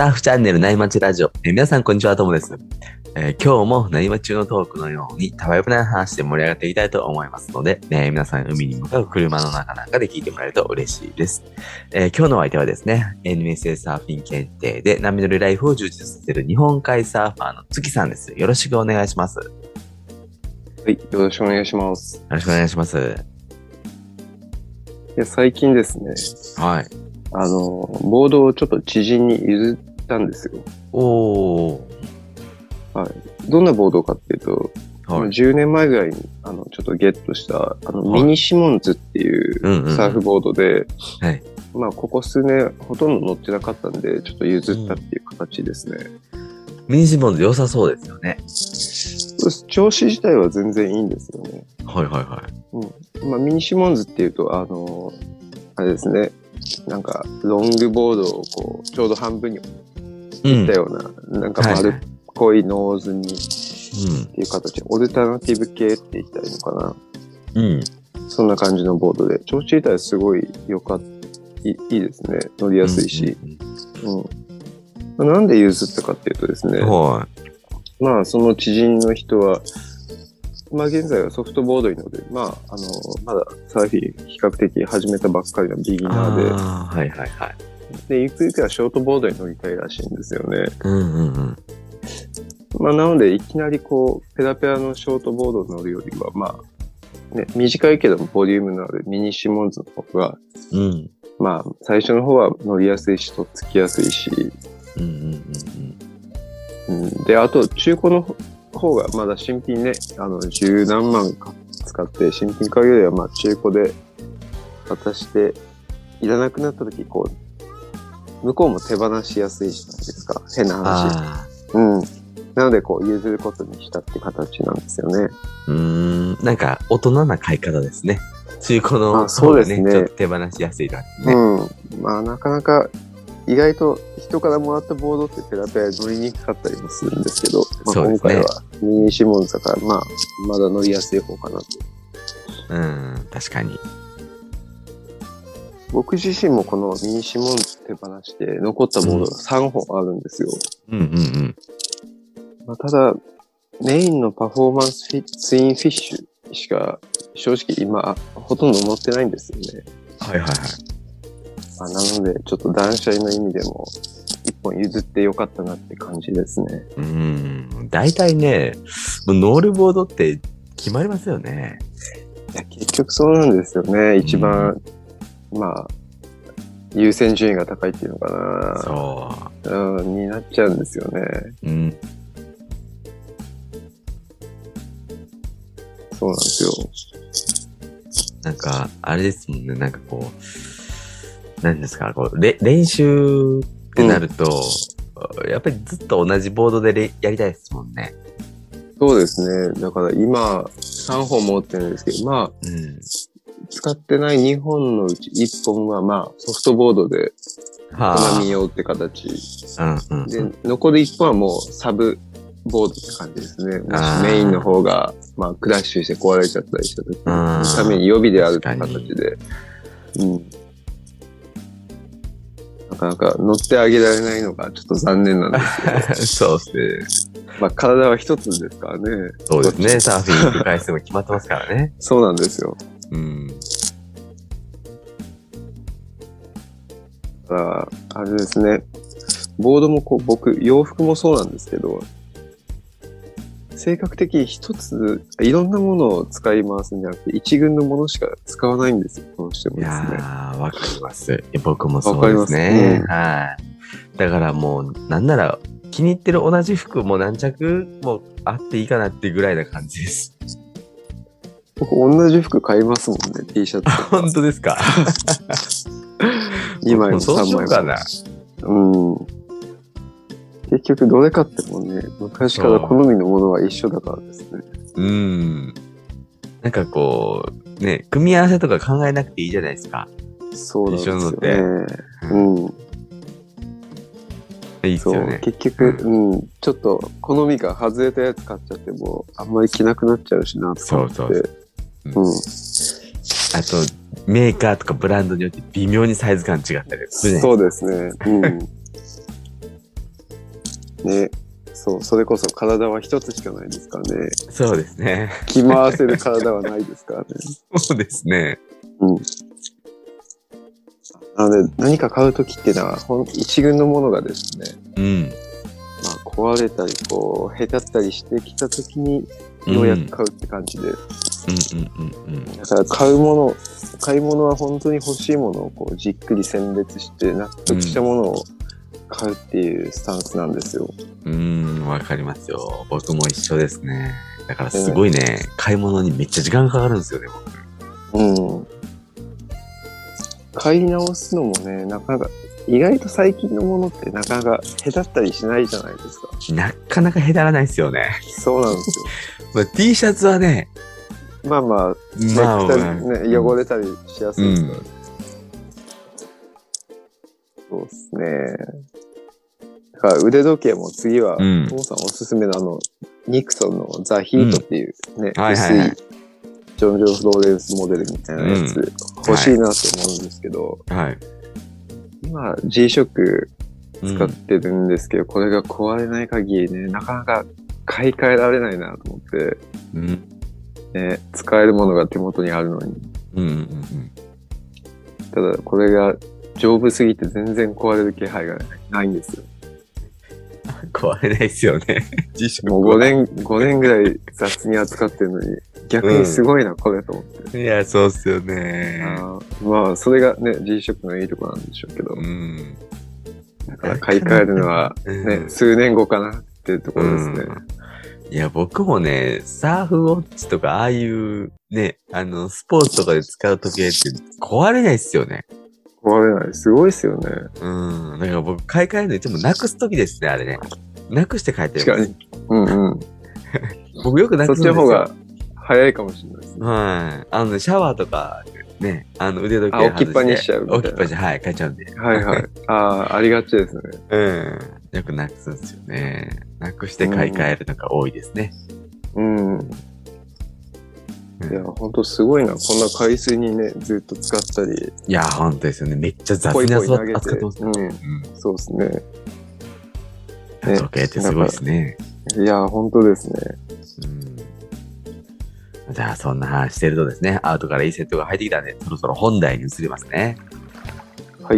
ターフチャンネル内町ラジオ。皆さんこんにちは、ともです。今日も内町中のトークのようにたわいもない話で盛り上がっていきたいと思いますので、皆さん海に向かう車の中なんかで聞いてもらえると嬉しいです。今日のお相手はですね、NSA サーフィン検定で波乗りライフを充実させる日本海サーファーの月さんです。よろしくお願いします。 はい、よろしくお願いします。 よろしくお願いします。 最近ですね、 はい。 ボードをちょっと知人に譲ったんですよ。 おー。 はい。どんなボードかっていうと、 はい、 10年前ぐらいに、ちょっとゲットした、はい、ミニシモンズっていうサーフボードで、 はい。 まあ、ここ数年ほとんど乗ってなかったんで、ちょっと譲ったっていう形ですね。 ミニシモンズ良さそうですよね。 調子自体は全然いいんですよね。 はいはいはい。 まあ、ミニシモンズっていうと、あれですね、なんか、ロングボードをこう、ちょうど半分に切ったような、なんか丸っこいノーズに、っていう形で、オルタナティブ系って言ったらいいのかな。そんな感じのボードで、調子自体すごいいいですね。乗りやすいし。なんで譲ったかっていうとですね、まあ、その知人の人は、まあ現在はソフトボードに乗る、まあ、まだサーフィン比較的始めたばっかりのビギナーで、 はいはいはい。 で、ゆくゆくはショートボードに乗りたいらしいんですよね。まあなので、いきなりこう、ペラペラのショートボードに乗るよりは、まあ、ね、短いけどもボリュームのあるミニシモンズの方が、まあ、最初の方は乗りやすいし、とっつきやすいし、で、あと、中古の方がまだ新品ね、十何万か使って新品買うよりはまあ中古で渡していらなくなった時こう向こうも手放しやすいじゃないですか、変な話。なのでこう譲ることにしたって形なんですよね。 なんか大人な買い方ですね。中古の方がね、 ちょっと手放しやすいなってね。 まあなかなか意外と人からもらったボードってペラペラ乗りにくかったりもするんですけど、まあ、今回はミニシモンズだから、まあ、まだ乗りやすい方かなと。 確かに。 僕自身もこのミニシモンズ手放して残ったボードが3本あるんですよ。まあ、ただ、メインのパフォーマンスツインフィッシュしか正直今ほとんど乗ってないんですよね。 はいはいはい。 なので、ちょっと断捨離の意味でも、一本譲ってよかったなって感じですね。 大体ね、乗るボードって決まりますよね。 いや、結局そうなんですよね。一番、まあ、優先順位が高いっていうのかな。になっちゃうんですよね。そうなんですよ。 なんか、あれですもんね、なんかこう、何ですか、こう練習ってなると、やっぱりずっと同じボードでやりたいですもんね。 そうですね。だから今3本持ってるんですけど、まあ、使ってない2本のうち1本はまあソフトボードで好み用って形。で、残り1本はもうサブボードって感じですね。もしメインの方がまあクラッシュして壊れちゃったりした時のために予備であるって形で。なかなか乗ってあげられないのがちょっと残念なんですけど。 そうですね。 まあ体は一つですからね。 そうですね。サーフィン行く回数も決まってますからね。 そうなんですよ。あれですね。ボードもこう僕、洋服もそうなんですけど、性格的に一つ、いろんなものを使い回すんじゃなくて、一群のものしか使わないんですよ。どうしてもですね。 いやー、わかります。僕もそうですね。はい。だからもう、なんなら、気に入ってる同じ服も何着もあっていいかなっていうぐらいな感じです。 僕、同じ服買いますもんね、T シャツ。 本当ですか 2枚も3枚も。 かな。 結局どれ買ってもね、昔から好みのものは一緒だからですね。 なんかこう、ね、組み合わせとか考えなくていいじゃないですか。 そうなんですよね。 いいっすよね。 結局、ちょっと好みが外れたやつ買っちゃっても、あんまり着なくなっちゃうしなと思って。 あと、メーカーとかブランドによって微妙にサイズ感違ったりするね。 そうですね。 ね。そう、それこそ体は一つしかないですからね。 そうですね。 着回せる体はないですからね。 そうですね。 うん。なので、何か買うときっていうのは、一軍のものがですね、 うん。 まあ、壊れたり、こう、へたったりしてきたときに、ようやく買うって感じで。だから買い物は本当に欲しいものをこうじっくり選別して納得したものを買うっていうスタンスなんですよ。 わかりますよ。僕も一緒ですね。だからすごいね、買い物にめっちゃ時間かかるんですよね、僕。 うん。買い直すのもね、なかなか、意外と最近のものってなかなかへたったりしないじゃないですか。 なかなかへたらないですよね。 そうなんですよ。 まあ、T シャツはね、 まあまあ、ね、汚れたりしやすいですから。そうですね。だから腕時計も次は、トモさんおすすめのニクソンのザ・ヒートっていうね、薄いジョン・ローレンスモデルみたいなやつ欲しいなって思うんですけど、今 G-SHOCK 使ってるんですけど、これが壊れない限りね、なかなか買い替えられないなと思って、ね、使えるものが手元にあるのに。ただこれが丈夫すぎて全然壊れる気配がないんですよ。 壊れないですよね。 もう5年ぐらい雑に扱ってるのに、逆にすごいな、これと思って。 いや、そうっすよね。 まあ、それがね、G-SHOCK のいいとこなんでしょうけど。だから買い替えるのはね、数年後かなっていうところですね。 いや、僕もね、サーフウォッチとか、ああいうね、スポーツとかで使う時計って壊れないっすよね。 壊れない。すごいっすよね。 だから僕、買い替えるのいつもなくす時ですね、あれね。なくして帰ってる。 確かに。 僕よくなくすんですよ。 そっちの方が早いかもしれないですね。 はい。シャワーとか、ね、腕時計外して。 置きっぱにしちゃうみたいな。 置きっぱに、はい、変えちゃうんで。 ありがちですね。 よくなくすんですよね。なくして買い替えるのが多いですね。 いや、ほんとすごいな。こんな海水にね、ずっと使ったり。 いや、ほんとですよね。めっちゃ雑に扱ってますね。 そうですね。 時計ってすごいですね。 いや、ほんとですね。 じゃあ、そんな話してるとですね、アウトからいいセットが入ってきたんで、そろそろ本題に移りますね。 はい。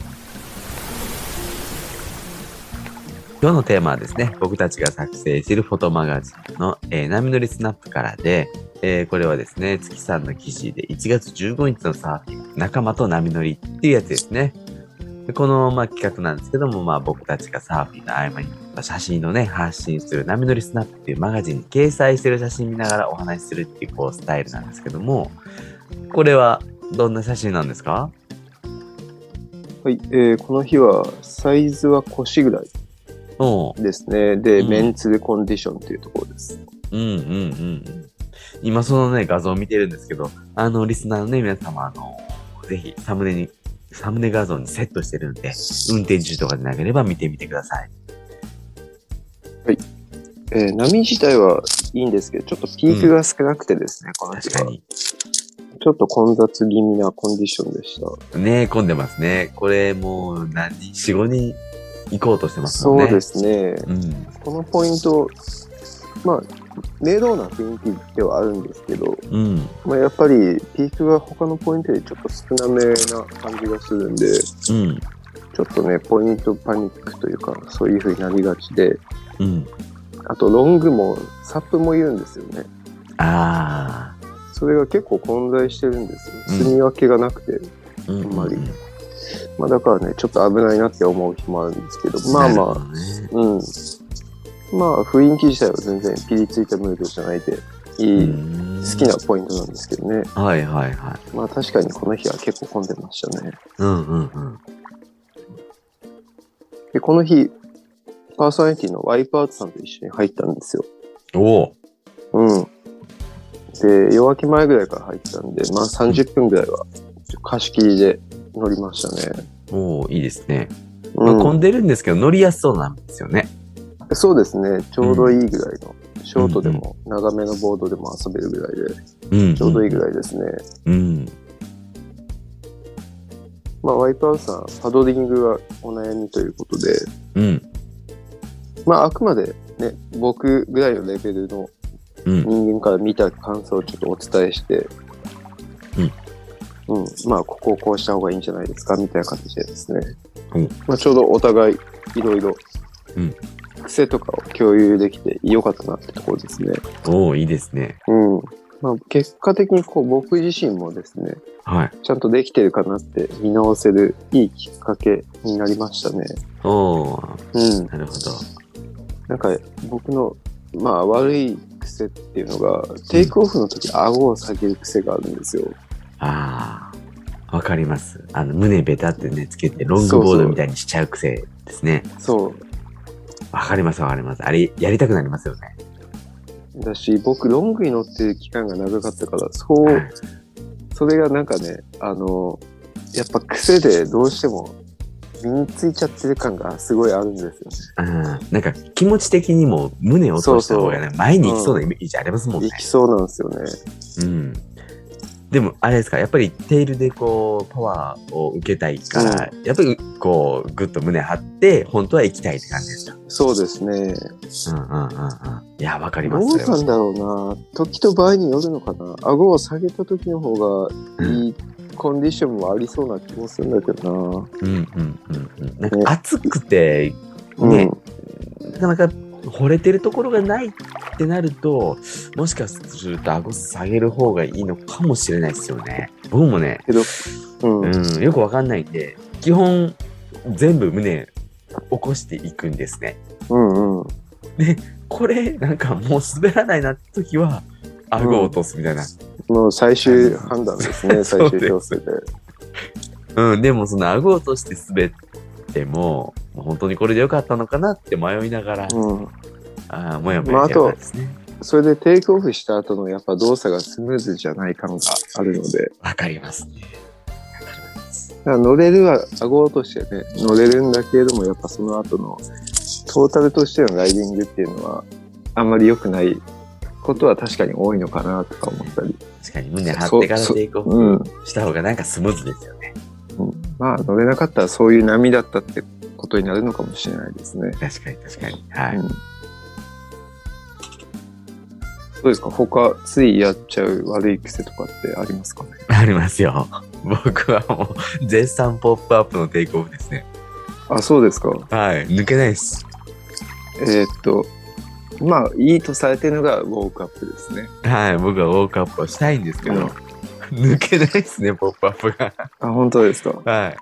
今日のテーマはですね、僕たちが作成しているフォトマガジンの、波乗りスナップからで、これはですね、月さんの記事で1月15日のサーフィン、仲間と波乗りっていうやつですね。でこの、企画なんですけども、僕たちがサーフィンの合間に写真をね、発信する波乗りスナップっていうマガジンに掲載してる写真見ながらお話しするっていう、スタイルなんですけども、これはどんな写真なんですか？ はい、この日はサイズは腰ぐらいですね。で、メンツでコンディションっていうところです。 今そのね、画像を見てるんですけど、リスナーのね、皆様、ぜひサムネ画像にセットしてるんで、運転中とかでなければ見てみてください。 はい。波自体はいいんですけど、ちょっとピークが少なくてですね、この日は。確かに。ちょっと混雑気味なコンディションでした。 ね、混んでますね。これもう4、5人行こうとしてますもんね。 そうですね。このポイント、明朗な雰囲気ではあるんですけど、やっぱりピークが他のポイントよりちょっと少なめな感じがするんで、ちょっとね、ポイントパニックというか、そういう風になりがちで、あとロングもサップもいるんですよね。それが結構混在してるんですよ。住み分けがなくて、あんまり。だからね、ちょっと危ないなって思う日もあるんですけど、雰囲気自体は全然ピリついたムードじゃないで、好きなポイントなんですけどね。確かにこの日は結構混んでましたね。で、この日、パーソナリティのワイプアウトさんと一緒に入ったんですよ。で、夜明け前ぐらいから入ってたんで、30分ぐらいは貸し切りで乗りましたね。 いいですね。混んでるんですけど乗りやすそうなんですよね。 そうですね。ちょうどいいぐらいの、ショートでも長めのボードでも遊べるぐらいで、ちょうどいいぐらいですね。ワイプアウトさん、パドリングがお悩みということで、 まあ、あくまでね、僕ぐらいのレベルの人間から見た感想をちょっとお伝えして、まあ、ここをこうした方がいいんじゃないですか、みたいな形でですね。まあ、ちょうどお互いいろいろ癖とかを共有できて良かったなってところですね。 いいですね。 まあ、結果的に僕自身もですね、ちゃんとできてるかなって見直せるいいきっかけになりましたね。なるほど。 なんか僕のまあ悪い癖っていうのが、テイクオフの時顎を下げる癖があるんですよ。 わかります。胸ベタってねつけてロングボードみたいにしちゃう癖ですね。わかります。あれやりたくなりますよね。 だし、僕ロングに乗ってる期間が長かったから、それがなんかね、やっぱ癖でどうしても身についちゃってる感がすごいあるんですよね。 なんか気持ち的にも胸を落とした方がね、前に行きそうなイメージありますもんね。 行きそうなんですよね。 でもあれですか、やっぱりテールでこうパワーを受けたいから、やっぱりこうグッと胸張って本当は行きたいって感じですか？ そうですね。 いや、わかります。 どうなんだろうな。時と場合によるのかな。顎を下げた時の方がいいコンディションもありそうな気もするんだけどな。 なんか暑くてね、なかなか惚れてるところがないってなると、もしかすると顎下げる方がいいのかもしれないですよね。僕もね、よくわかんないんで、基本全部胸起こしていくんですね。で、これなんかもう滑らないなって時は顎を落とすみたいな。 もう最終判断ですね。最終調整で。 でもその顎を落として滑っても本当にこれでよかったのかなって迷いながら、もやもやですね。 それでテイクオフした後のやっぱ動作がスムーズじゃない感があるので。 わかりますね。 だから乗れるは顎落としてね、乗れるんだけれども、やっぱその後のトータルとしてのライディングっていうのはあんまり良くないことは確かに多いのかなとか思ったり。 確かに胸張ってからテイクオフした方がなんかスムーズですよね。 まあ乗れなかったらそういう波だったってことになるのかもしれないですね。 確かに。 どうですか？他ついやっちゃう悪い癖とかってありますかね？ ありますよ。僕はもう絶賛ポップアップのテイクオフですね。 そうですか。 抜けないです。 まあいいとされてるのがウォークアップですね。 僕はウォークアップをしたいんですけど、抜けないですね、ポップアップが。 本当ですか？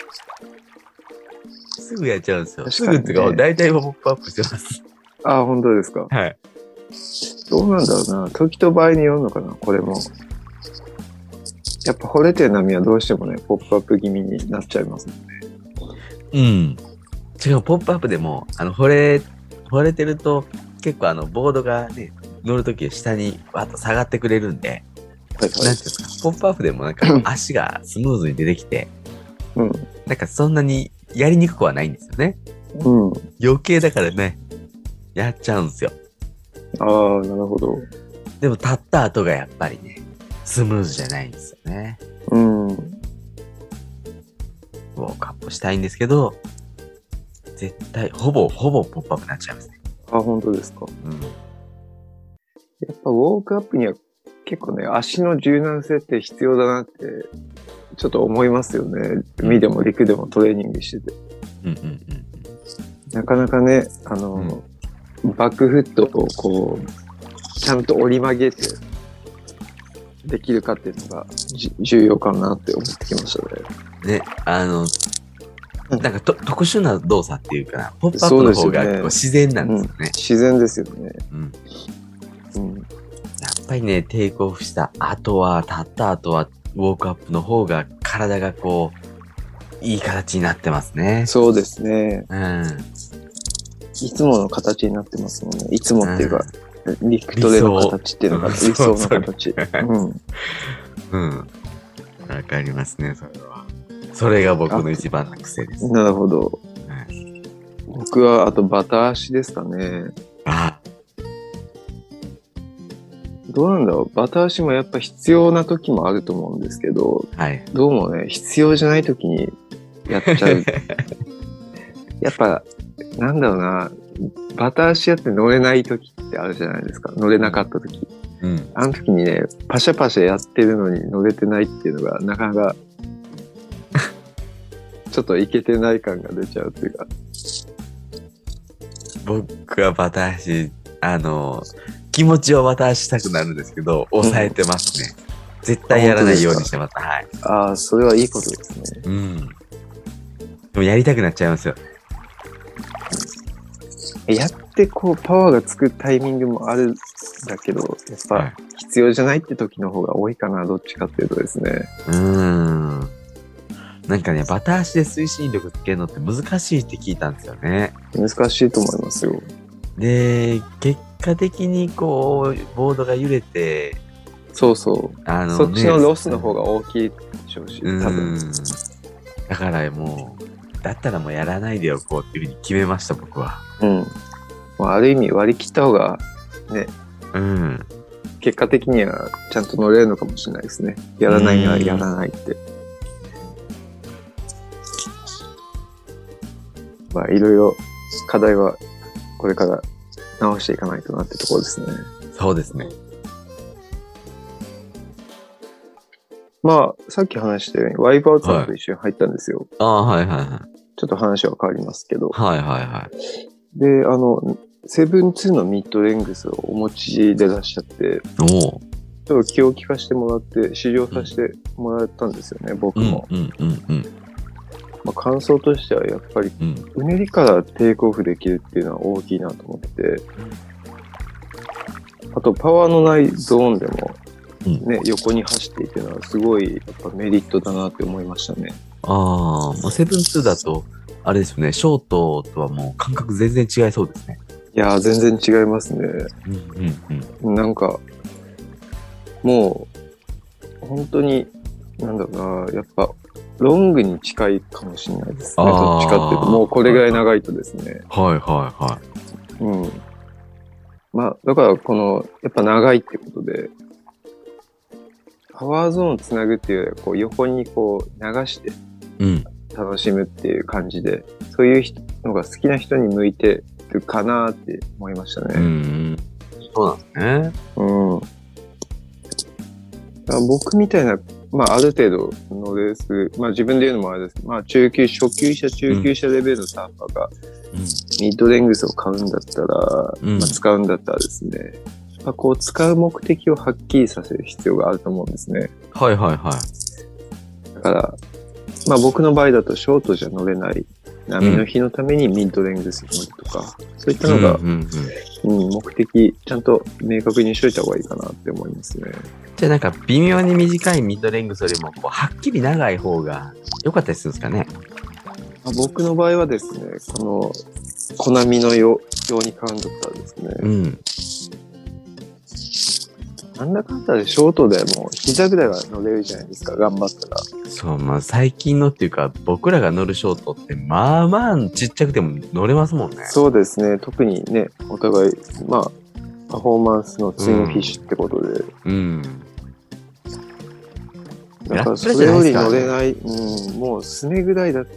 すぐやっちゃうんですよ。すぐっていうか、大体ポップアップしてます。 本当ですか？どうなんだろうな。時と場合によるのかな、これも。やっぱ惚れてる波はどうしてもね、ポップアップ気味になっちゃいますもんね。 違う、ポップアップでも、惚れてると、結構ボードがね、乗るとき下にわっと下がってくれるんで、なんていうんですか、ポップアップでもなんか足がスムーズに出てきて、なんかそんなにやりにくくはないんですよね。余計だからね、やっちゃうんですよ。 なるほど。 でも立った後がやっぱりね、スムーズじゃないんですよね。ウォークアップしたいんですけど、絶対、ほぼポップアップになっちゃいますね。 本当ですか？やっぱウォークアップには結構ね、足の柔軟性って必要だなって、ちょっと思いますよね。海でも陸でもトレーニングしてて。なかなかね、バックフットをこう、ちゃんと折り曲げてできるかっていうのが重要かなって思ってきましたね。 なんか特殊な動作っていうか、ポップアップの方が自然なんですよね。 自然ですよね。 やっぱりね、テイクオフした後は、立った後は、ウォークアップの方が体がこう、いい形になってますね。 そうですね。いつもの形になってますもんね。いつもっていうか、リフトでの形っていうのが理想の形。 わかりますね、それは。それが僕の一番の癖です。 なるほど。僕は、あとバタ足ですかね。どうなんだろう。バタ足もやっぱ必要な時もあると思うんですけど、どうもね、必要じゃない時にやっちゃう。やっぱ、なんだろうな。 バタ足やって乗れない時ってあるじゃないですか。乗れなかった時。 うん。 あの時にね、パシャパシャやってるのに乗れてないっていうのが、なかなか、ちょっといけてない感が出ちゃうというか。 僕はバタ足、気持ちをバタ足したくなるんですけど、抑えてますね。絶対やらないようにしてます。はい。 ああ、それはいいことですね。 うん。でもやりたくなっちゃいますよ。 やってこうパワーがつくタイミングもあるんだけど、やっぱ必要じゃないって時の方が多いかな、どっちかっていうとですね。 なんかね、バタ足で推進力つけるのって難しいって聞いたんですよね。 難しいと思いますよ。 で、結果的にこう、ボードが揺れて、 そうそう。そっちのロスの方が大きいでしょうし、多分。 だからもう、だったらもうやらないでおこうっていうふうに決めました、僕は。 うん。ある意味割り切った方が、ね。 うん。 結果的にはちゃんと乗れるのかもしれないですね。やらないならやらないって。まあ、いろいろ課題はこれから直していかないとなってところですね。 そうですね。 まあ、さっき話したように、ワイプアウトさんと一緒に入ったんですよ。 ああ、はいはいはい。 ちょっと話は変わりますけど。 はいはいはい。 で、セブン2のミッドレングスをお持ちでいらっしゃって、ちょっと気を利かしてもらって、試乗させてもらったんですよね、僕も。まあ、感想としてはやっぱり、うねりからテイクオフできるっていうのは大きいなと思ってて、あとパワーのないゾーンでも、ね、横に走っていくのはすごいやっぱメリットだなって思いましたね。 まあ、セブン2だと、あれですよね、ショートとはもう感覚全然違いそうですね。 いやー、全然違いますね。なんか、もう、本当に、なんだろうな、やっぱ、ロングに近いかもしれないですね。どっちかっていうと、もうこれぐらい長いとですね。 はいはいはい。 うん。まあ、だからやっぱ長いってことで、パワーゾーンをつなぐっていうよりは、こう横にこう流して楽しむっていう感じで、そういうのが好きな人に向いてるかなって思いましたね。 そうなんですね。 僕みたいな、まあある程度のレース、まあ自分で言うのもあれですけど、まあ初級者レベルのサーファーがミッドレングスを買うんだったら、まあ、使うんだったらですね、まあ、こう使う目的をはっきりさせる必要があると思うんですね。 はいはいはい。 だから、まあ僕の場合だとショートじゃ乗れない波の日のためにミッドレングスに乗るとか、そういったのが、目的ちゃんと明確にしといた方がいいかなって思いますね。 じゃあなんか微妙に短いミッドレングスよりもこうはっきり長い方が良かったりするんですかね。 僕の場合はですね、コナミのように買うんだったらですね、なんだかんだでショートでも膝ぐらいは乗れるじゃないですか、頑張ったら。 そう、まあ最近のっていうか、僕らが乗るショートってまあまあちっちゃくても乗れますもんね。 そうですね、特にね、お互い、まあ、パフォーマンスのツインフィッシュってことで。だからそれより乗れない、もうすねぐらいの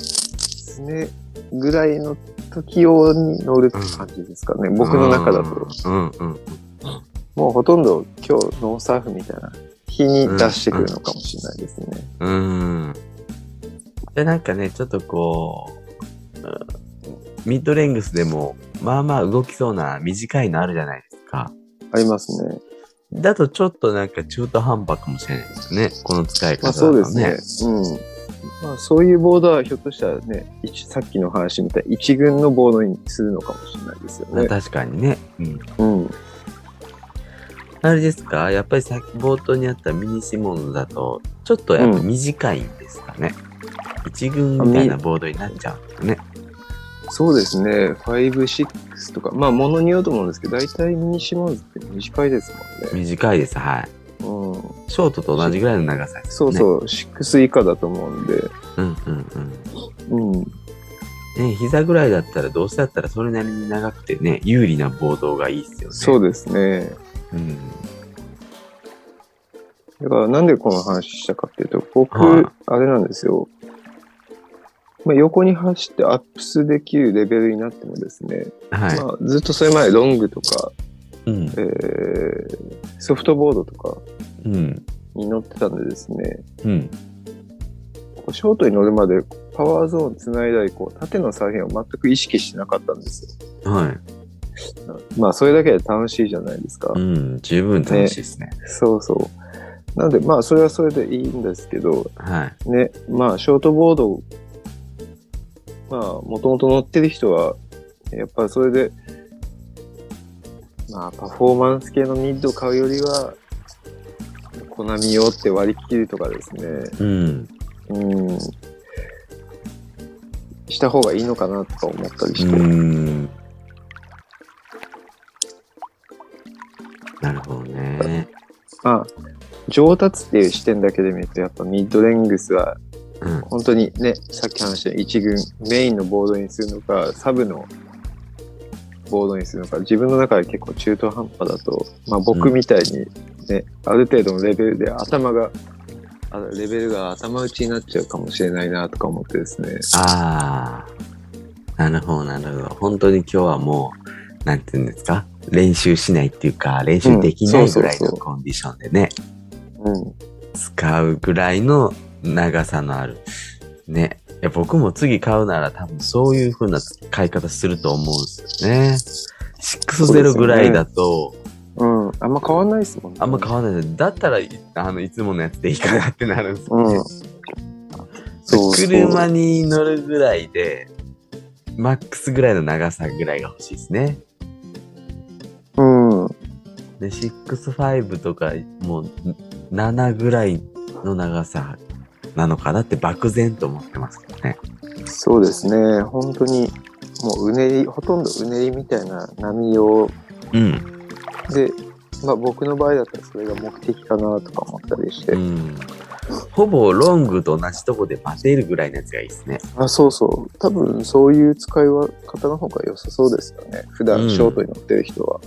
時用に乗るって感じですかね、僕の中だと。もうほとんど今日ノーサーフみたいな日に出してくるのかもしれないですね。 で、なんかね、ちょっとこう、ミッドレングスでも、まあまあ動きそうな短いのあるじゃないですか。 ありますね。 だとちょっとなんか中途半端かもしれないですよね。この使い方だとね。 まあそうですね。まあそういうボードはひょっとしたらね、さっきの話みたいに一軍のボードにするのかもしれないですよね。 確かにね。あれですか、やっぱりさっき冒頭にあったミニシモンズだと、ちょっとやっぱ短いんですかね。一軍みたいなボードになっちゃうんですね。 そうですね。5、6とか、まあものによると思うんですけど、大体ミニシモンズって短いですもんね。 短いです、はい。ショートと同じぐらいの長さですね。 そう、6以下だと思うんで。 ね、膝ぐらいだったら、どうせだったらそれなりに長くてね、有利なボードがいいですよね。 そうですね。だからなんでこの話したかっていうと、僕、あれなんですよ。 まあ、横に走ってアップスできるレベルになってもですね、 はい。 まあ、ずっとそれまでロングとか、 うん。 ソフトボードとかうん。 に乗ってたんでですね、 うん。 ショートに乗るまでパワーゾーンつないだり、縦の左辺を全く意識してなかったんですよ。 はい。 まあ、それだけで楽しいじゃないですか。 うん。十分楽しいですね。 そうそう。なんで、まあ、それはそれでいいんですけど、 はい。 ね、まあ、ショートボード、まあ、もともと乗ってる人は、やっぱりそれで、まあ、パフォーマンス系のミッドを買うよりは、コナミ用って割り切るとかですね、 うん。 した方がいいのかなとか思ったりして。 なるほどね。 まあ、上達っていう視点だけで見ると、やっぱミッドレングスは、本当にね、さっき話した一軍、メインのボードにするのか、サブのボードにするのか、自分の中で結構中途半端だと、まあ僕みたいにね、ある程度のレベルでレベルが頭打ちになっちゃうかもしれないなとか思ってですね。 ああ、なるほど、なるほど。本当に今日はもう、なんていうんですか、練習しないっていうか、練習できないぐらいのコンディションでね、使うぐらいの長さのある。ね。いや僕も次買うなら多分そういう風な買い方すると思うんですよね。60ぐらいだと、 あんま変わんないですもんね。 あんま変わんない。だったら、いつものやつでいいかなってなるんですよね。車に乗るぐらいで、マックスぐらいの長さぐらいが欲しいですね。で、6-5とか、もう、7ぐらいの長さなのかなって漠然と思ってますけどね。 そうですね。本当に、もうほとんどうねりみたいな波用。で、まあ僕の場合だったらそれが目的かなとか思ったりして。 ほぼロングと同じとこで待てるぐらいのやつがいいですね。 そうそう。多分そういう使い方の方が良さそうですよね。普段ショートに乗ってる人は。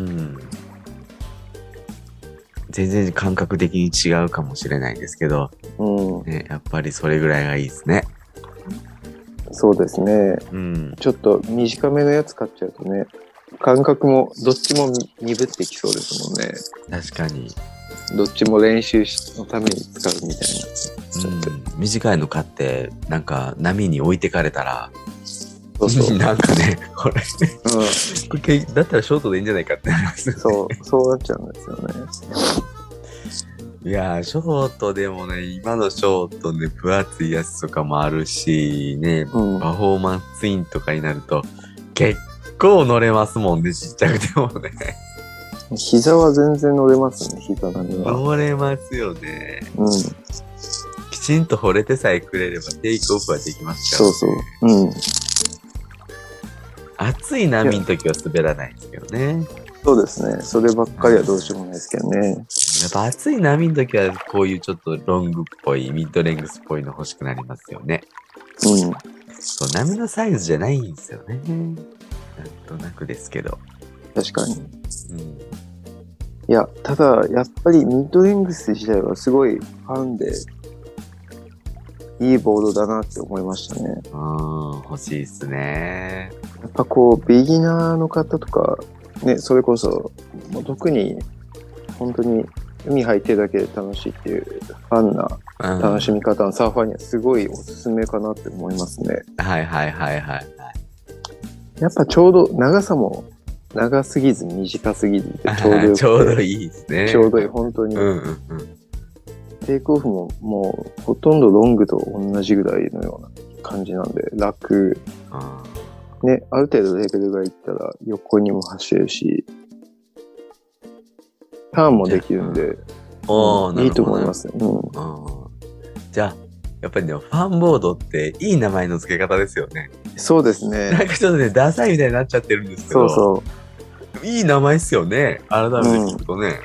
全然感覚的に違うかもしれないですけど、ね、やっぱりそれぐらいがいいですね。 そうですね。ちょっと短めのやつ買っちゃうとね、感覚もどっちも鈍ってきそうですもんね。 確かに。 どっちも練習のために使うみたいな。短いの買って、なんか波に置いてかれたら、なんかね、これ、だったらショートでいいんじゃないかってなりますよね。 そうなっちゃうんですよね。 いやー、ショートでもね、今のショートね、分厚いやつとかもあるし、ね、パフォーマンスツインとかになると、結構乗れますもんね、ちっちゃくてもね。 膝は全然乗れますね、膝がね。 乗れますよね。きちんと惚れてさえくれればテイクオフはできますからね。暑い波の時は滑らないですけどね。 そうですね。そればっかりはどうしようもないですけどね。 やっぱ暑い波の時はこういうちょっとロングっぽい、ミッドレングスっぽいの欲しくなりますよね。そう、波のサイズじゃないんですよね。なんとなくですけど。 確かに。いや、ただ、やっぱりミッドレングス自体はすごいファンで、いいボードだなって思いましたね。 欲しいっすね。 やっぱビギナーの方とか、ね、それこそ、もう特に、本当に海入ってるだけで楽しいっていうファンな楽しみ方のサーファーにはすごいおすすめかなって思いますね。やっぱちょうど長さも長すぎず短すぎずでちょうどよくてちょうどいいですね。 ちょうどいい、本当に。テイクオフももうほとんどロングと同じぐらいのような感じなんで楽。ね、ある程度レベルがいったら横にも走れるし、ターンもできるんで、いいと思いますよ。 じゃあ、やっぱりね、ファンボードっていい名前の付け方ですよね。 そうですね。 なんかちょっとね、ダサいみたいになっちゃってるんですけど、いい名前っすよね。改めて聞くとね。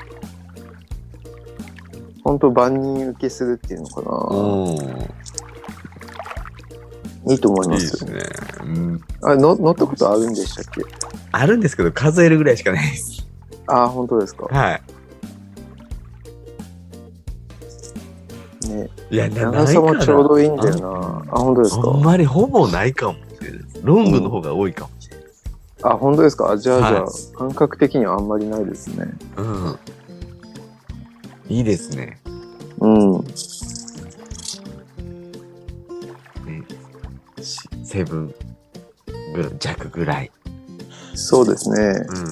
本当万人受けするっていうのかな。いいと思います。 いいですね。 乗ったことあるんでしたっけ？ あるんですけど、数えるぐらいしかないです。 本当ですか？ はい。 ね。 いや、 長さもちょうどいいんだよな。あ、本当ですか。 あんまりほぼないかもしれないです。ロングの方が多いかもしれない。 あ、本当ですか。じゃあ、感覚的にはあんまりないですね。 うん。いいですね。 うん。 ね、7弱ぐらい。 そうですね。 うん。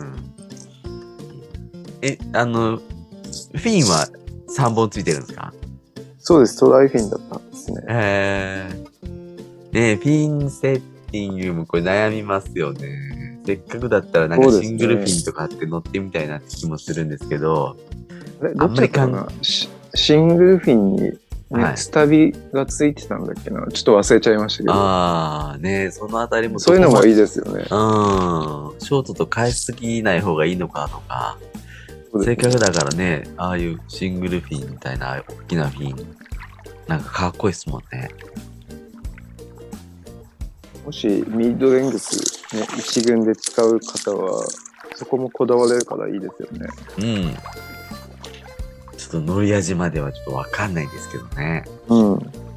フィンは3本ついてるんですか？ そうです。トライフィンだったんですね。 ね、フィンセッティングもこれ悩みますよね。せっかくだったらなんかシングルフィンとかって乗ってみたいなって気もするんですけど、 あんまりシングルフィンに、ね、はい、スタビがついてたんだっけな、ちょっと忘れちゃいましたけど。 ああ、ね、そのあたりもそういうのもいいですよね。 ショートと返しすぎない方がいいのかとか、せっかくだからね、ああいうシングルフィンみたいな大きなフィン、なんかかっこいいですもんね。 もしミッドレングス、ね、一軍で使う方は、そこもこだわれるからいいですよね。 うん。ちょっと乗り味まではちょっとわかんないんですけどね。 うん。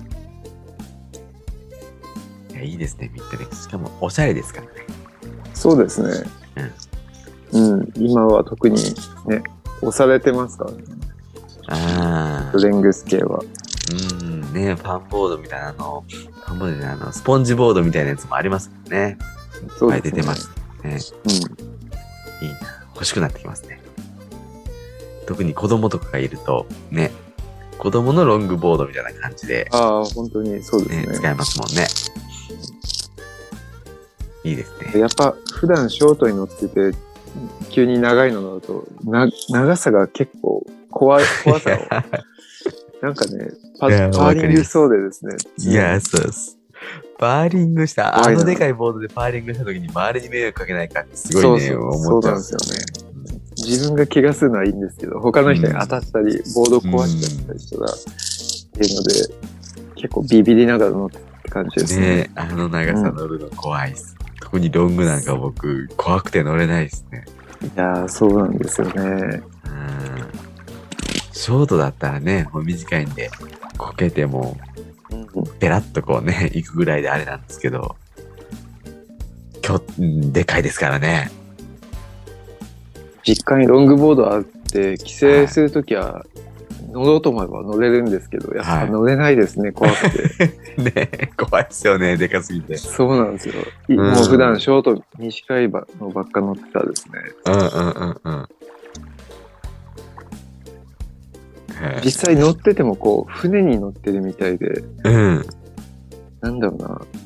いや、いいですね、ミッドレングス。しかもおしゃれですからね。 そうですね。うん。今は特にね、押されてますからね。 ああ。 レングス系は。 ね、ファンボードみたいなファンボードじゃない、スポンジボードみたいなやつもありますもんね。 そうですね。 出てますね。いいな。欲しくなってきますね。特に子供とかがいると、ね、子供のロングボードみたいな感じで。 ああ、本当にそうですね。 使えますもんね。いいですね。 やっぱ普段ショートに乗ってて、急に長いの乗ると、長さが結構怖さを。なんかね、パーリングそうでですね。 いや、そうです。パーリングした、でかいボードでパーリングした時に周りに迷惑かけないかってすごいね、思っちゃうんですよね。 自分が怪我するのはいいんですけど、他の人に当たったり、ボード壊しちゃったりしたら、っていうので、結構ビビりながら乗ってって感じですね。 あの長さ乗るの怖いっす。特にロングなんか僕、怖くて乗れないですね。 いやー、そうなんですよね。 ショートだったらね、もう短いんで、こけても、ペラッとこうね、行くぐらいであれなんですけど、でかいですからね。 実家にロングボードあって、帰省するときは、乗ろうと思えば乗れるんですけど、やっぱ乗れないですね、怖くて。 ね、怖いですよね、でかすぎて。 そうなんですよ。もう普段ショート短いのばっか乗ってたですね。実際乗っててもこう、船に乗ってるみたいで、なんだろう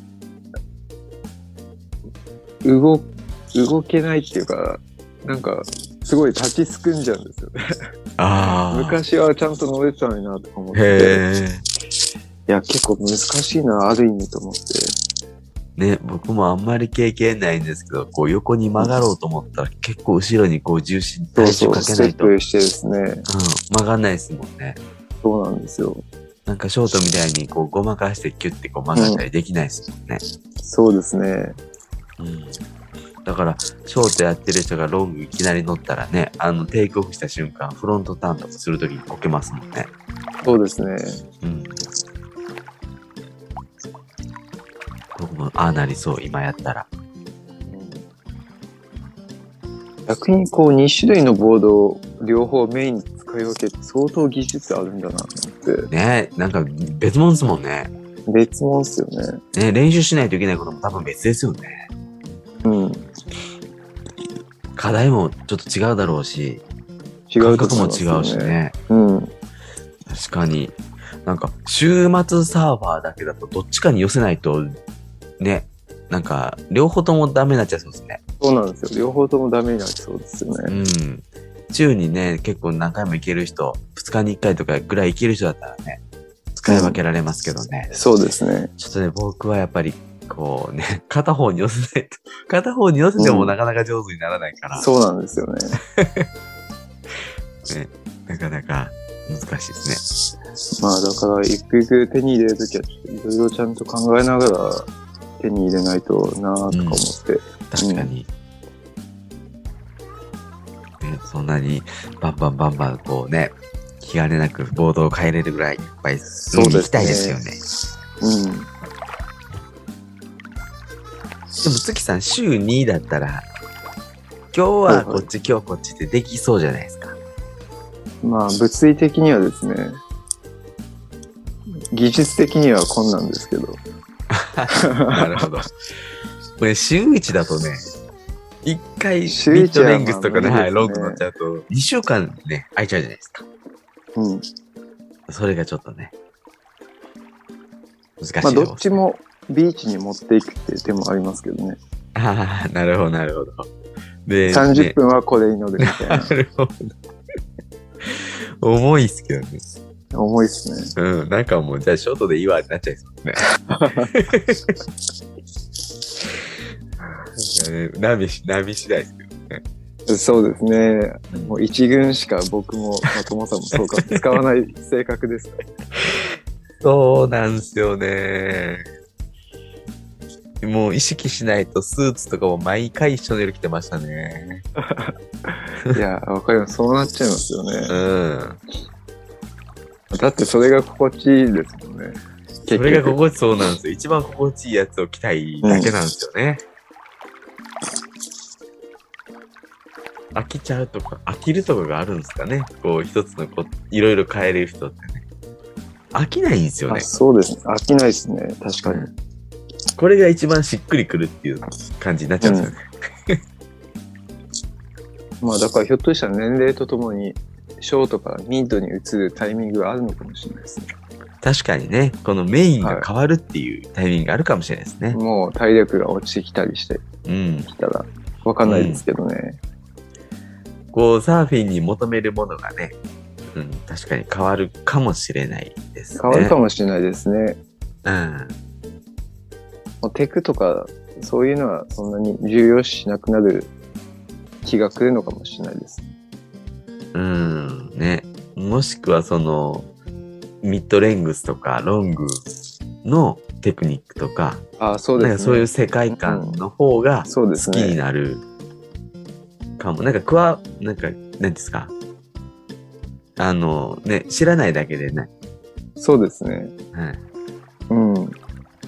な、動けないっていうか、なんか、すごい立ちすくんじゃうんですよね。昔はちゃんと乗れてたのになとか思って。いや、結構難しいな、ある意味と思って。 ね、僕もあんまり経験ないんですけど、こう横に曲がろうと思ったら結構後ろにこう重心、体重かけないと。 ステップしてですね。 曲がんないですもんね。 そうなんですよ。 なんかショートみたいにこうごまかしてキュッてこう曲がったりできないですもんね。 そうですね。 だから、ショートやってる人がロングいきなり乗ったらね、テイクオフした瞬間、フロントターンとかするときにこけますもんね。 そうですね。 僕もなりそう、今やったら。 逆にこう2種類のボードを両方メインに使い分けって相当技術あるんだなと思って。 ね、なんか別物ですもんね。 別物ですよね。 ね、練習しないといけないことも多分別ですよね。課題もちょっと違うだろうし、感覚も違うしね。確かに。なんか、週末サーファーだけだとどっちかに寄せないと、ね、なんか、両方ともダメになっちゃいそうですね。 そうなんですよ。両方ともダメになっちゃそうですよね。 週にね、結構何回も行ける人、2日に1回とかぐらい行ける人だったらね、使い分けられますけどね。 そうですね。 ちょっとね、僕はやっぱり、こうね、片方に寄せないと、片方に寄せてもなかなか上手にならないから。 そうなんですよね。 ね、なかなか難しいですね。まあだから、ゆくゆく手に入れるときは、いろいろちゃんと考えながら手に入れないとなぁとか思って。 確かに。ね、そんなにバンバンこうね、 気兼ねなくボードを変えれるぐらいいっぱい海に行きたいですよね。 うん。 でも月さん週2だったら今日はこっち、今日こっちってできそうじゃないですか。 まあ物理的にはですね、技術的には困難ですけど。 なるほど。これ週1だとね、1回ミ週ッ一はまあドレングスとかで、 無理ですねはい、ロング乗っちゃうと2週間ね、空いちゃうじゃないですか。 うん。 それがちょっとね、難しいまあとこどっちもビーチに持っていくっていう手もありますけどね。 ああ、なるほど、なるほど。で、 30分はこれに乗るみたいな。 なるほど。重いっすけどね。 重いっすね。 うん、なんかもう、じゃあショートでいいわってなっちゃいそうですね。波次第ですけどね。 そうですね。もう一軍しか僕も松本さんもそうか使わない性格ですから。 そうなんですよね。もう意識しないとスーツとかも毎回一緒の色着てましたね。 いや、わかります。そうなっちゃいますよね。 うん。 だってそれが心地いいですもんね。 それが心地そうなんですよ。一番心地いいやつを着たいだけなんですよね。飽きちゃうとか、飽きるとかがあるんですかね。こう一つのいろいろ変えれる人ってね。飽きないんですよね。 そうですね。飽きないですね。確かに。 これが一番しっくりくるっていう感じになっちゃうんですよね。 まあだからひょっとしたら年齢とともにショートからミッドに移るタイミングがあるのかもしれないですね。 確かにね、このメインが変わるっていうタイミングがあるかもしれないですね。 もう体力が落ちてきたりしてきたらわかんないですけどね。 こうサーフィンに求めるものがね、確かに変わるかもしれないですね。 変わるかもしれないですね。 うん。 テクとかそういうのはそんなに重要視しなくなる気が来るのかもしれないです。 ね。もしくはそのミッドレングスとかロングのテクニックとか、 そうですね。 なんかそういう世界観の方が好きになるかも。なんかなんか何ですか。ね、知らないだけでね。 そうですね。 はい。 うん。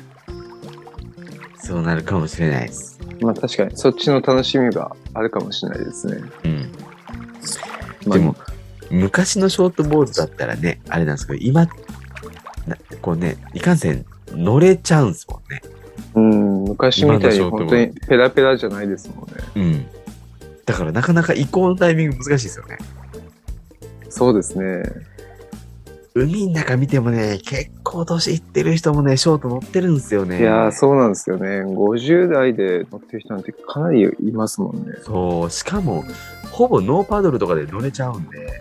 そうなるかもしれないです。 まあ確かにそっちの楽しみがあるかもしれないですね。 でも昔のショートボードだったらね、あれなんですけど、今こうね、いかんせん乗れちゃうんですもんね。 昔みたいに本当にペラペラじゃないですもんね。 だからなかなか移行のタイミング難しいですよね。 そうですね。 海の中見てもね、結構年いってる人もね、ショート乗ってるんですよね。 いやー、そうなんですよね。50代で乗ってる人なんてかなりいますもんね。 そう、しかも、ほぼノーパドルとかで乗れちゃうんで。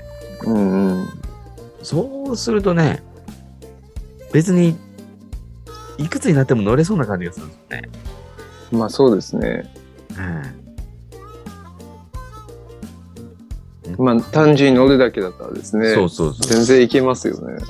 そうするとね、別に、いくつになっても乗れそうな感じがするんですよね。 まあそうですね。まあ単純に乗るだけだったらですね。そう。全然いけますよね。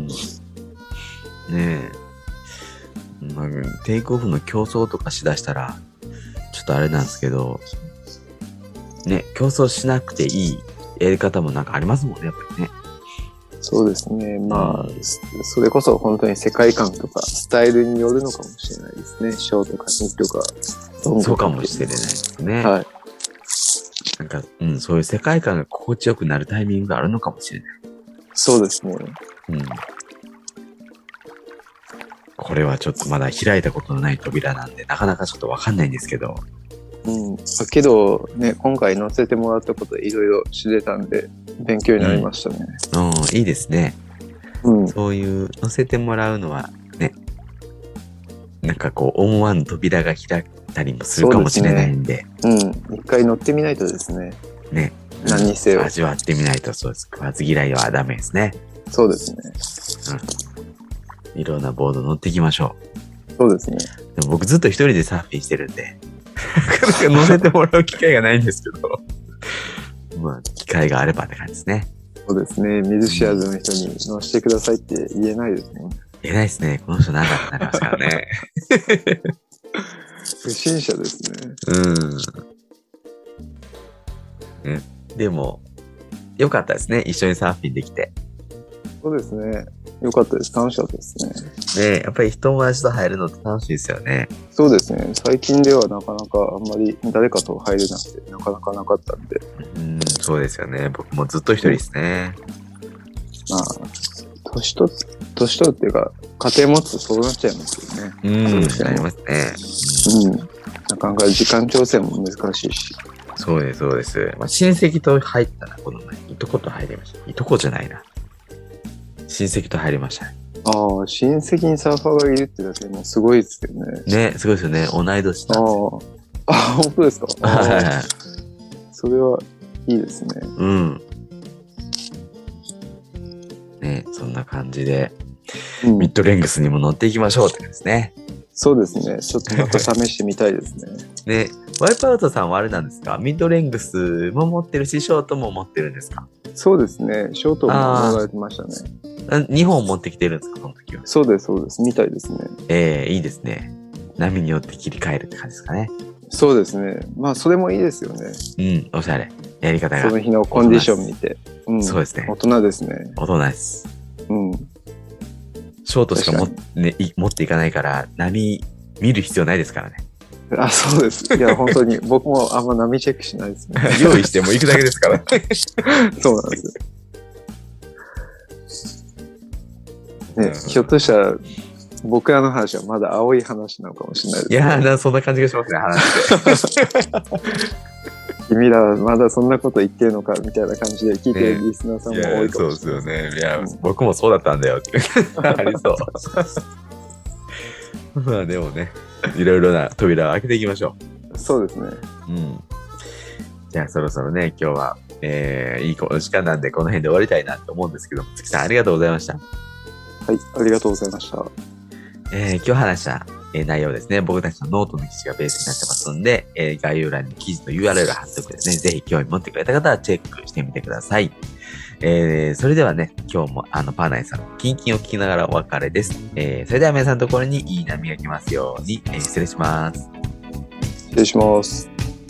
ねえ。まあ、テイクオフの競争とかしだしたら、ちょっとあれなんですけど、ね、競争しなくていいやり方もなんかありますもんね、やっぱりね。 そうですね。まあ、それこそ本当に世界観とかスタイルによるのかもしれないですね。ショートかニットか。 そうかもしれないですね。はい。なんか、そういう世界観が心地よくなるタイミングがあるのかもしれない。 そうですね。 これはちょっとまだ開いたことのない扉なんで、なかなかちょっとわかんないんですけど。 けど、ね、今回載せてもらったこといろいろ知れたんで、勉強になりましたね。 いいですね。そういう載せてもらうのはね、なんかこう思わぬ扉が開いたりもするかもしれないんで。 一回乗ってみないとですね。 ね。 何にせよ。 味わってみないとそうです。食わず嫌いはダメですね。 そうですね。 いろんなボード乗っていきましょう。そうですね。 でも僕ずっと一人でサーフィンしてるんで、なかなか乗せてもらう機会がないんですけど、まあ、機会があればって感じですね。 そうですね。水知らずの人に乗せてくださいって言えないですね。 言えないですね。この人長くなりますからね。 不審者ですね。 でも、よかったですね。一緒にサーフィンできて。 そうですね。よかったです。楽しかったですね。 ね、やっぱり友達と入るのって楽しいですよね。 そうですね。最近ではなかなかあんまり誰かと入るなんてなかなかなかったんで。 そうですよね。僕もずっと一人ですね。 まあ、年取っていうか、家庭持つとそうなっちゃいますよね。 なりますね。 なかなか時間調整も難しいし。 そうです、そうです。まあ、親戚と入ったら、この前、いとこと入りました。いとこじゃないな。親戚と入りましたね。 ああ、親戚にサーファーがいるってだけでもすごいですよね。 ね、すごいですよね。同い年なんですよ。 あ、本当ですか。 はい。 それはいいですね。 ね、そんな感じで、ミッドレングスにも乗っていきましょうってですね。 そうですね。ちょっとまた試してみたいですね。 ね、ワイプアウトさんはあれなんですか？ミッドレングスも持ってるし、ショートも持ってるんですか？ そうですね。ショートも乗られてましたね。 2本持ってきてるんですか、その時は。 そうです、そうです。みたいですね。 いいですね。波によって切り替えるって感じですかね。 そうですね。まあ、それもいいですよね。 おしゃれ。やり方が。 その日のコンディション見て。 そうですね。 大人ですね。 大人です。ショートしか持っていかないから、波見る必要ないですからね。 あ、そうです。いや、本当に、僕もあんま波チェックしないですね。 用意しても行くだけですから。 そうなんですよ。ね、ひょっとしたら、僕らの話はまだ青い話なのかもしれないです、ね。 いやそんな感じがしますね、話で。 君らまだそんなこと言ってるのかみたいな感じで聞いてるリスナーさんも多いかもしれない。 そうですよね。いや、僕もそうだったんだよって。ありそう。まあでもね、いろいろな扉を開けていきましょう。そうですね。 じゃあそろそろね、今日は、いいお時間なんでこの辺で終わりたいなと思うんですけども、月さんありがとうございました。 はい、ありがとうございました。 今日話した内容ですね、僕たちのノートの記事がベースになってますので、概要欄に記事の URL 貼っておくのでね、ぜひ興味持ってくれた方はチェックしてみてください。それではね、今日もパーナイさんのキンキンを聞きながらお別れです。それでは皆さんのところにいい波が来ますように、失礼します。 失礼します。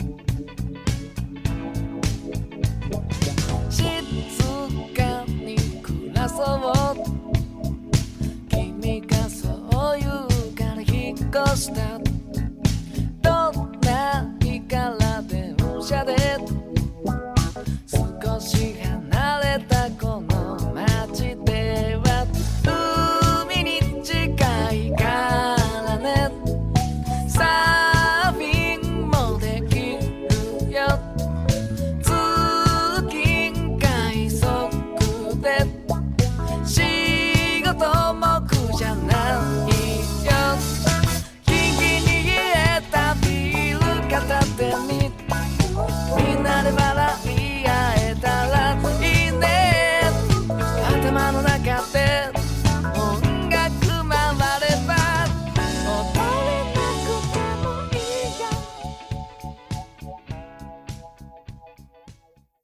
静かに暮らそう君がそう言うから引っ越した